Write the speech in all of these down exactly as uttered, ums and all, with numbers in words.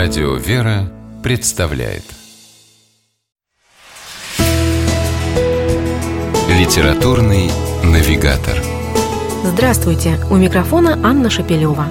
Радио «Вера» представляет Литературный навигатор. Здравствуйте! У микрофона Анна Шапилева.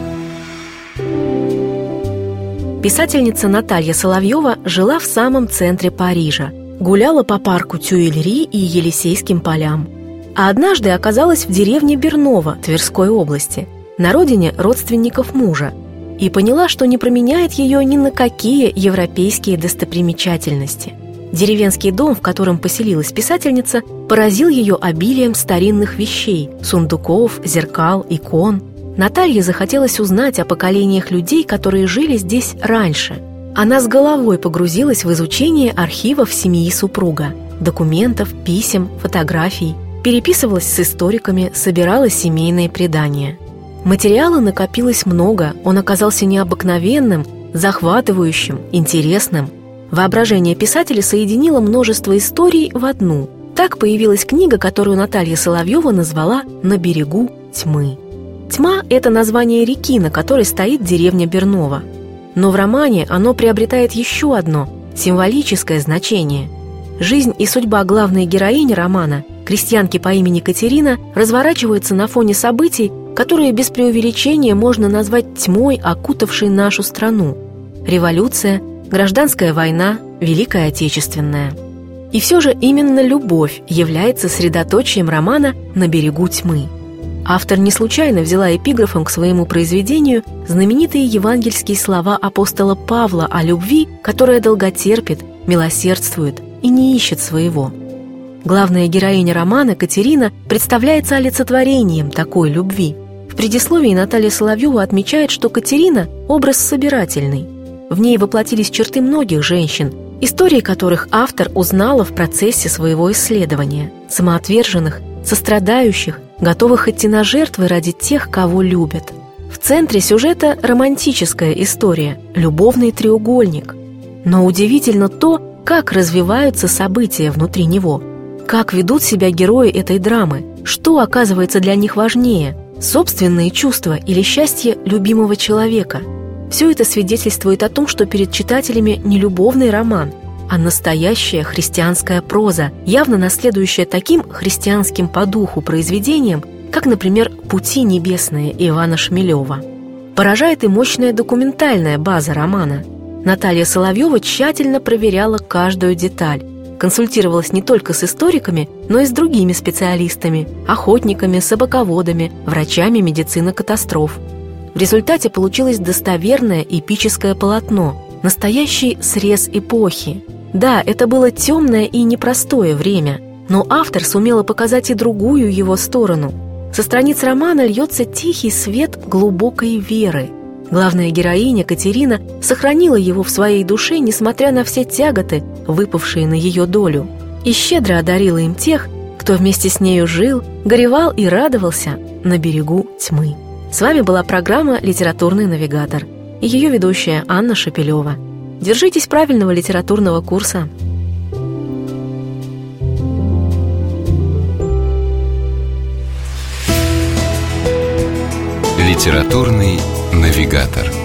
Писательница Наталья Соловьева жила в самом центре Парижа, гуляла по парку Тюильри и Елисейским полям. А однажды оказалась в деревне Берново Тверской области, на родине родственников мужа, и поняла, что не променяет ее ни на какие европейские достопримечательности. Деревенский дом, в котором поселилась писательница, поразил ее обилием старинных вещей – сундуков, зеркал, икон. Наталье захотелось узнать о поколениях людей, которые жили здесь раньше. Она с головой погрузилась в изучение архивов семьи супруга, документов, писем, фотографий, переписывалась с историками, собирала семейные предания. Материала накопилось много, он оказался необыкновенным, захватывающим, интересным. Воображение писателя соединило множество историй в одну. Так появилась книга, которую Наталья Соловьева назвала «На берегу тьмы». Тьма – это название реки, на которой стоит деревня Берново. Но в романе оно приобретает еще одно символическое значение. Жизнь и судьба главной героини романа, крестьянки по имени Катерина, разворачиваются на фоне событий, которые без преувеличения можно назвать тьмой, окутавшей нашу страну. Революция, гражданская война, Великая Отечественная. И все же именно любовь является средоточием романа «На берегу тьмы». Автор не случайно взяла эпиграфом к своему произведению знаменитые евангельские слова апостола Павла о любви, которая долготерпит, милосердствует и не ищет своего. Главная героиня романа, Катерина, представляется олицетворением такой любви. В предисловии Наталья Соловьева отмечает, что Катерина – образ собирательный. В ней воплотились черты многих женщин, истории которых автор узнала в процессе своего исследования. Самоотверженных, сострадающих, готовых идти на жертвы ради тех, кого любят. В центре сюжета романтическая история, любовный треугольник. Но удивительно то, как развиваются события внутри него, как ведут себя герои этой драмы, что оказывается для них важнее – собственные чувства или счастье любимого человека. Все это свидетельствует о том, что перед читателями не любовный роман, а настоящая христианская проза, явно наследующая таким христианским по духу произведениям, как, например, «Пути небесные» Ивана Шмелева. Поражает и мощная документальная база романа. Наталья Соловьева тщательно проверяла каждую деталь, консультировалась не только с историками, но и с другими специалистами – охотниками, собаководами, врачами медицины катастроф. В результате получилось достоверное эпическое полотно, настоящий срез эпохи. Да, это было темное и непростое время, но автор сумела показать и другую его сторону. Со страниц романа льется тихий свет глубокой веры. Главная героиня, Катерина, сохранила его в своей душе, несмотря на все тяготы, выпавшие на ее долю, и щедро одарила им тех, кто вместе с нею жил, горевал и радовался на берегу тьмы. С вами была программа «Литературный навигатор» и ее ведущая Анна Шапилева. Держитесь правильного литературного курса. Литературный навигатор.